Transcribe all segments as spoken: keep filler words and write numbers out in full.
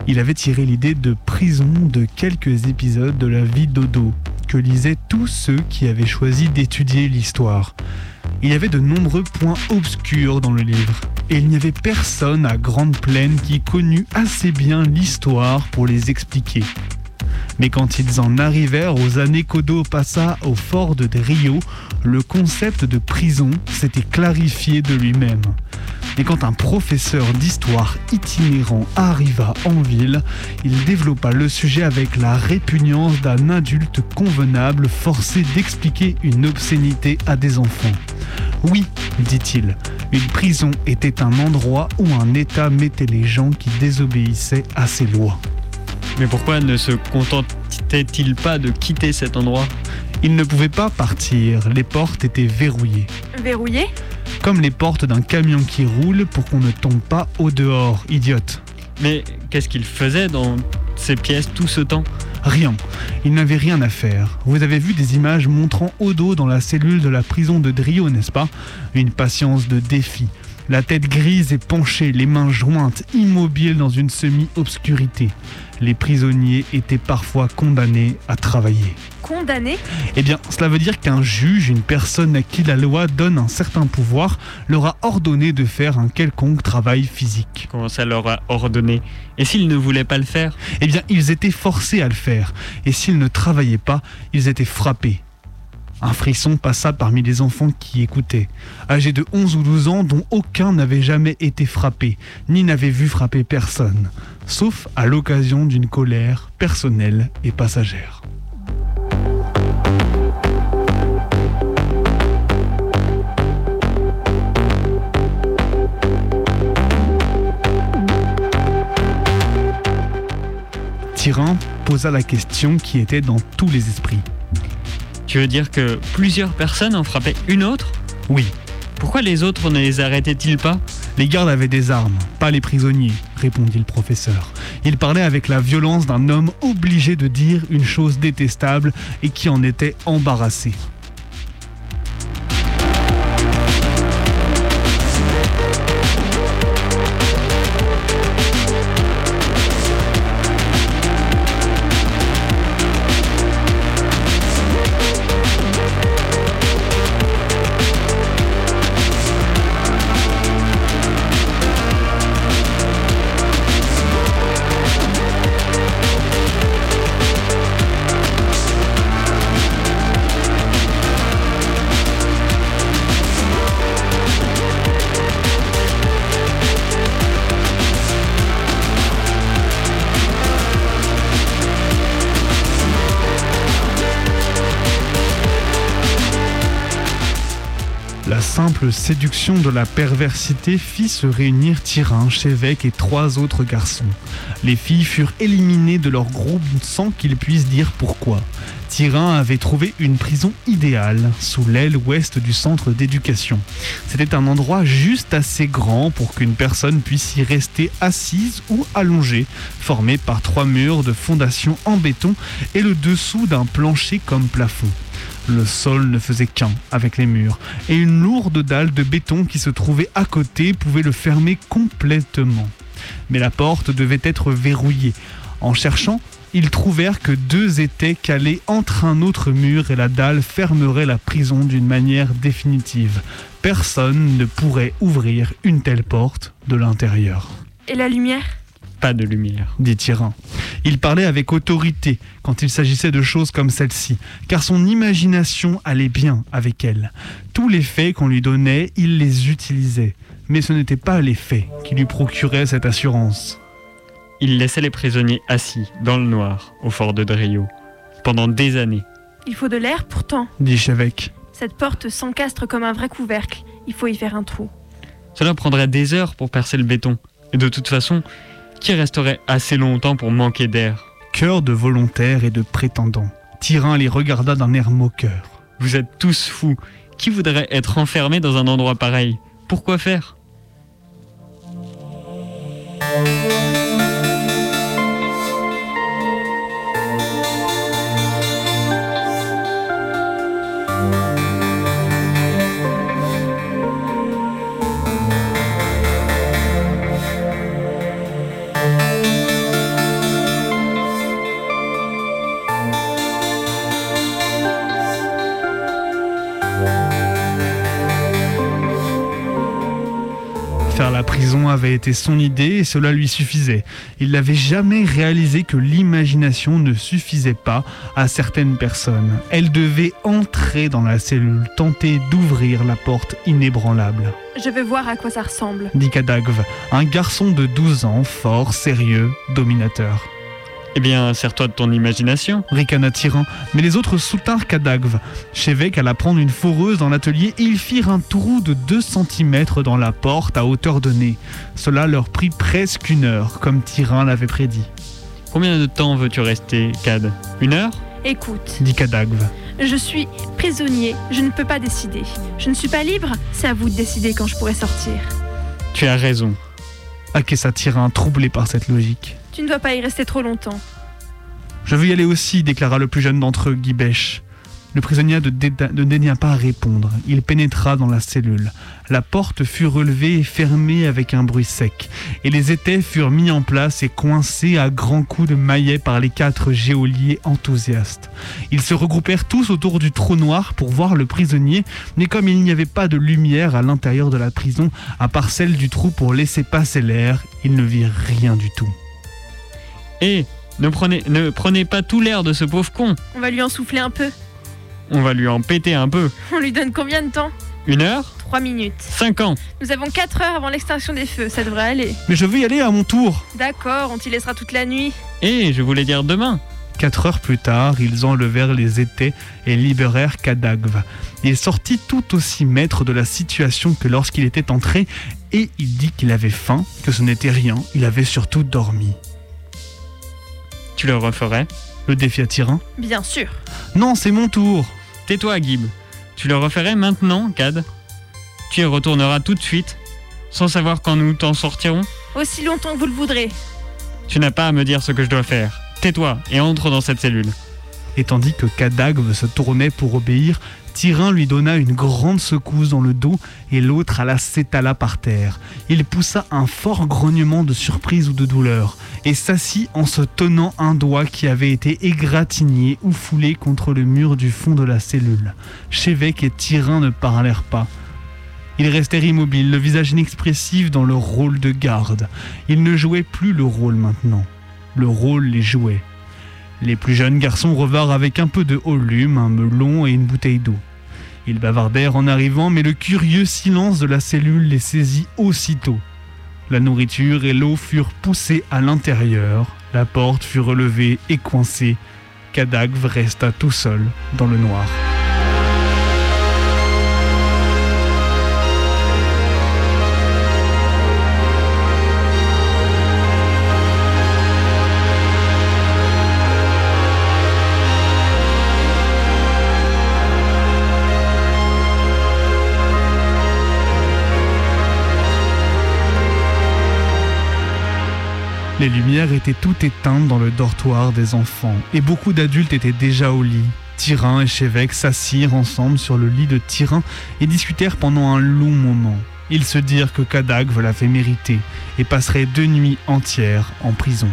Il avait tiré l'idée de prison de quelques épisodes de la vie d'Odo, que lisaient tous ceux qui avaient choisi d'étudier l'histoire. Il y avait de nombreux points obscurs dans le livre, et il n'y avait personne à Grande Plaine qui connût assez bien l'histoire pour les expliquer. Mais quand ils en arrivèrent aux années qu'Odo passa au fort de Drio, le concept de prison s'était clarifié de lui-même. Et quand un professeur d'histoire itinérant arriva en ville, il développa le sujet avec la répugnance d'un adulte convenable forcé d'expliquer une obscénité à des enfants. Oui, dit-il, une prison était un endroit où un État mettait les gens qui désobéissaient à ses lois. Mais pourquoi ne se contentait-il pas de quitter cet endroit ? Il ne pouvait pas partir, les portes étaient verrouillées. Verrouillé ? Comme les portes d'un camion qui roule pour qu'on ne tombe pas au dehors, idiote. Mais qu'est-ce qu'il faisait dans ces pièces tout ce temps ? Rien. Il n'avait rien à faire. Vous avez vu des images montrant Odo dans la cellule de la prison de Drio, n'est-ce pas ? Une patience de défi. La tête grise et penchée, les mains jointes, immobile dans une semi-obscurité. Les prisonniers étaient parfois condamnés à travailler. Condamnés ? Eh bien, cela veut dire qu'un juge, une personne à qui la loi donne un certain pouvoir, leur a ordonné de faire un quelconque travail physique. Comment ça leur a ordonné ? Et s'ils ne voulaient pas le faire ? Eh bien, ils étaient forcés à le faire. Et s'ils ne travaillaient pas, ils étaient frappés. Un frisson passa parmi les enfants qui écoutaient, âgés de onze ou douze ans dont aucun n'avait jamais été frappé, ni n'avait vu frapper personne, sauf à l'occasion d'une colère personnelle et passagère. Tyrin posa la question qui était dans tous les esprits. Tu veux dire que plusieurs personnes en frappaient une autre ? Oui. Pourquoi les autres ne les arrêtaient-ils pas ? Les gardes avaient des armes, pas les prisonniers, répondit le professeur. Il parlait avec la violence d'un homme obligé de dire une chose détestable et qui en était embarrassé. La simple séduction de la perversité fit se réunir Tyrin, Chévec et trois autres garçons. Les filles furent éliminées de leur groupe sans qu'ils puissent dire pourquoi. Tyrin avait trouvé une prison idéale sous l'aile ouest du centre d'éducation. C'était un endroit juste assez grand pour qu'une personne puisse y rester assise ou allongée, formé par trois murs de fondation en béton et le dessous d'un plancher comme plafond. Le sol ne faisait qu'un avec les murs, et une lourde dalle de béton qui se trouvait à côté pouvait le fermer complètement. Mais la porte devait être verrouillée. En cherchant, ils trouvèrent que deux étaient calés entre un autre mur et la dalle fermerait la prison d'une manière définitive. Personne ne pourrait ouvrir une telle porte de l'intérieur. Et la lumière ? Pas de lumière, dit Tyrin. Il parlait avec autorité quand il s'agissait de choses comme celle-ci, car son imagination allait bien avec elle. Tous les faits qu'on lui donnait, il les utilisait. Mais ce n'était pas les faits qui lui procuraient cette assurance. Il laissait les prisonniers assis, dans le noir, au fort de Drio, pendant des années. Il faut de l'air pourtant, dit Chévec. Cette porte s'encastre comme un vrai couvercle. Il faut y faire un trou. Cela prendrait des heures pour percer le béton. Et de toute façon, qui resterait assez longtemps pour manquer d'air ? Cœur de volontaires et de prétendants. Tyrin les regarda d'un air moqueur. Vous êtes tous fous. Qui voudrait être enfermé dans un endroit pareil ? Pourquoi faire ? prison avait été son idée et cela lui suffisait. Il n'avait jamais réalisé que l'imagination ne suffisait pas à certaines personnes. Elle devait entrer dans la cellule, tenter d'ouvrir la porte inébranlable. Je veux voir à quoi ça ressemble. Dit Kadagv, un garçon de douze ans, fort, sérieux, dominateur. Eh bien, sers-toi de ton imagination. Ricana Tyran, mais les autres soutinrent Kadagv. Shevek alla prendre une foreuse dans l'atelier et ils firent un trou de deux centimètres dans la porte à hauteur de nez. Cela leur prit presque une heure, comme Tyran l'avait prédit. Combien de temps veux-tu rester, Kad? Une heure? Écoute, Dit Kadagv. je suis prisonnier, je ne peux pas décider. Je ne suis pas libre, c'est à vous de décider quand je pourrai sortir. Tu as raison. Acquiesça Tyran, troublé par cette logique. Tu ne dois pas y rester trop longtemps. Je veux y aller aussi, déclara le plus jeune d'entre eux, Guibèche. Le prisonnier ne déda- ne daigna pas répondre. Il pénétra dans la cellule. La porte fut relevée et fermée avec un bruit sec. Et les étais furent mis en place et coincés à grands coups de maillet par les quatre geôliers enthousiastes. Ils se regroupèrent tous autour du trou noir pour voir le prisonnier, mais comme il n'y avait pas de lumière à l'intérieur de la prison, à part celle du trou pour laisser passer l'air, ils ne virent rien du tout. Et ne prenez, ne prenez pas tout l'air de ce pauvre con. On va lui en souffler un peu. On va lui en péter un peu. On lui donne combien de temps? Une heure? Trois minutes. Cinq ans. Nous avons quatre heures avant l'extinction des feux, ça devrait aller. Mais je veux y aller à mon tour. D'accord, on t'y laissera toute la nuit. Et je voulais dire demain. Quatre heures plus tard, ils enlevèrent les étais et libérèrent Kadagv. Il sortit tout aussi maître de la situation que lorsqu'il était entré et il dit qu'il avait faim, que ce n'était rien, il avait surtout dormi. Tu le referais? Le défia Tyran. Bien sûr. Non, c'est mon tour. Tais-toi, Gib. Tu le referais maintenant, Kad? Tu y retourneras tout de suite, sans savoir quand nous t'en sortirons? Aussi longtemps que vous le voudrez. Tu n'as pas à me dire ce que je dois faire. Tais-toi et entre dans cette cellule. Et tandis que Kadagv se tournait pour obéir, Tyran lui donna une grande secousse dans le dos et l'autre alla s'étala par terre. Il poussa un fort grognement de surprise ou de douleur et s'assit en se tenant un doigt qui avait été égratigné ou foulé contre le mur du fond de la cellule. Shevek et Tyran ne parlèrent pas. Ils restèrent immobiles, le visage inexpressif dans leur rôle de garde. Ils ne jouaient plus le rôle maintenant. Le rôle les jouait. Les plus jeunes garçons revinrent avec un peu de volume, un melon et une bouteille d'eau. Ils bavardèrent en arrivant, mais le curieux silence de la cellule les saisit aussitôt. La nourriture et l'eau furent poussées à l'intérieur, la porte fut relevée et coincée. Kadagv resta tout seul dans le noir. Les lumières étaient toutes éteintes dans le dortoir des enfants et beaucoup d'adultes étaient déjà au lit. Tyran et Shevek s'assirent ensemble sur le lit de Tyran et discutèrent pendant un long moment. Ils se dirent que Kadagv l'avait mérité et passerait deux nuits entières en prison.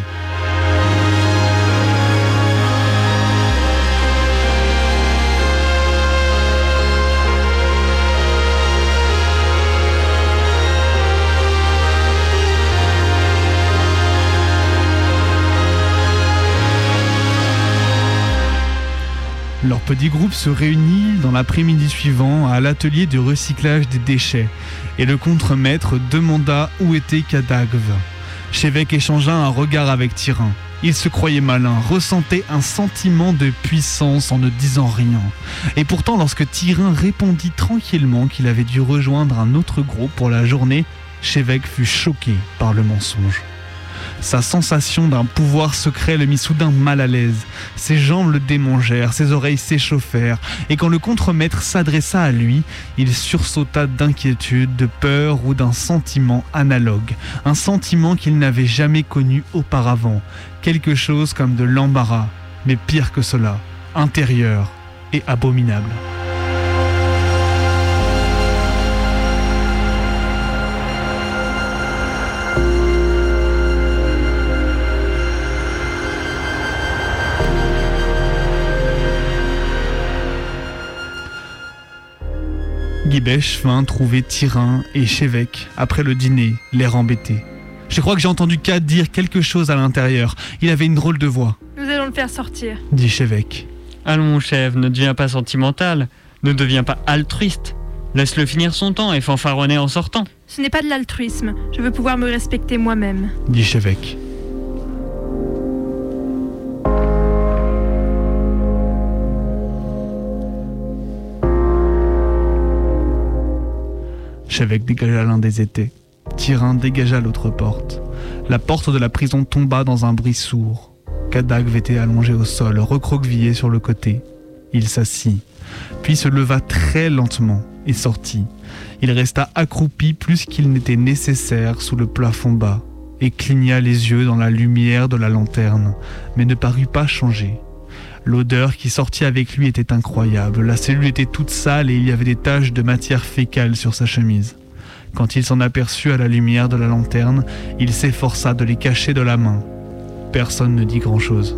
Leur petit groupe se réunit dans l'après-midi suivant à l'atelier de recyclage des déchets et le contremaître demanda où était Kadagv. Shevek échangea un regard avec Tyran. Il se croyait malin, ressentait un sentiment de puissance en ne disant rien. Et pourtant, lorsque Tyran répondit tranquillement qu'il avait dû rejoindre un autre groupe pour la journée, Shevek fut choqué par le mensonge. Sa sensation d'un pouvoir secret le mit soudain mal à l'aise. Ses jambes le démangèrent, ses oreilles s'échauffèrent, et quand le contremaître s'adressa à lui, il sursauta d'inquiétude, de peur ou d'un sentiment analogue, un sentiment qu'il n'avait jamais connu auparavant, quelque chose comme de l'embarras, mais pire que cela, intérieur et abominable. Guibèche vint trouver Thyrin et Chevêque après le dîner, l'air embêté. Je crois que j'ai entendu Cad dire quelque chose à l'intérieur. Il avait une drôle de voix. Nous allons le faire sortir, dit Chevêque. Allons, mon chef, ne deviens pas sentimental, ne deviens pas altruiste. Laisse-le finir son temps et fanfaronner en sortant. Ce n'est pas de l'altruisme, je veux pouvoir me respecter moi-même, dit Chevêque. Chevêque dégagea l'un des étais. Thyrin dégagea l'autre porte. La porte de la prison tomba dans un bruit sourd. Cadagve était allongé au sol, recroquevillé sur le côté. Il s'assit, puis se leva très lentement et sortit. Il resta accroupi plus qu'il n'était nécessaire sous le plafond bas et cligna les yeux dans la lumière de la lanterne, mais ne parut pas changer. L'odeur qui sortit avec lui était incroyable. La cellule était toute sale et il y avait des taches de matière fécale sur sa chemise. Quand il s'en aperçut à la lumière de la lanterne, il s'efforça de les cacher de la main. Personne ne dit grand-chose.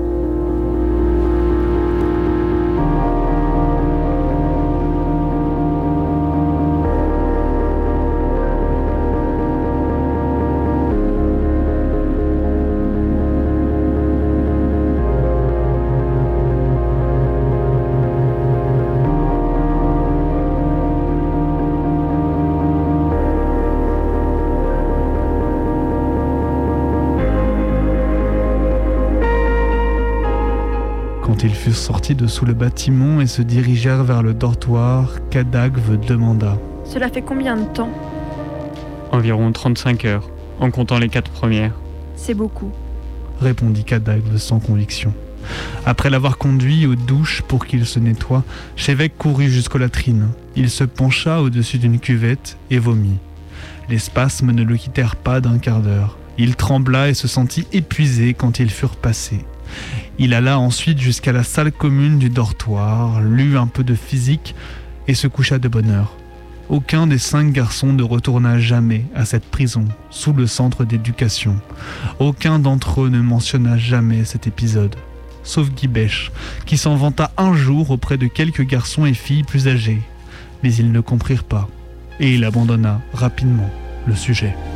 Quand ils furent sortis de sous le bâtiment et se dirigèrent vers le dortoir, Cadagve demanda. « Cela fait combien de temps ?»« Environ trente-cinq heures, en comptant les quatre premières. »« C'est beaucoup. » répondit Cadagve sans conviction. Après l'avoir conduit aux douches pour qu'il se nettoie, Chevêque courut jusqu'aux latrines. Il se pencha au-dessus d'une cuvette et vomit. Les spasmes ne le quittèrent pas d'un quart d'heure. Il trembla et se sentit épuisé quand ils furent passés. Il alla ensuite jusqu'à la salle commune du dortoir, lut un peu de physique et se coucha de bonne heure. Aucun des cinq garçons ne retourna jamais à cette prison, sous le centre d'éducation. Aucun d'entre eux ne mentionna jamais cet épisode, sauf Guibèche, qui s'en vanta un jour auprès de quelques garçons et filles plus âgés. Mais ils ne comprirent pas, et il abandonna rapidement le sujet.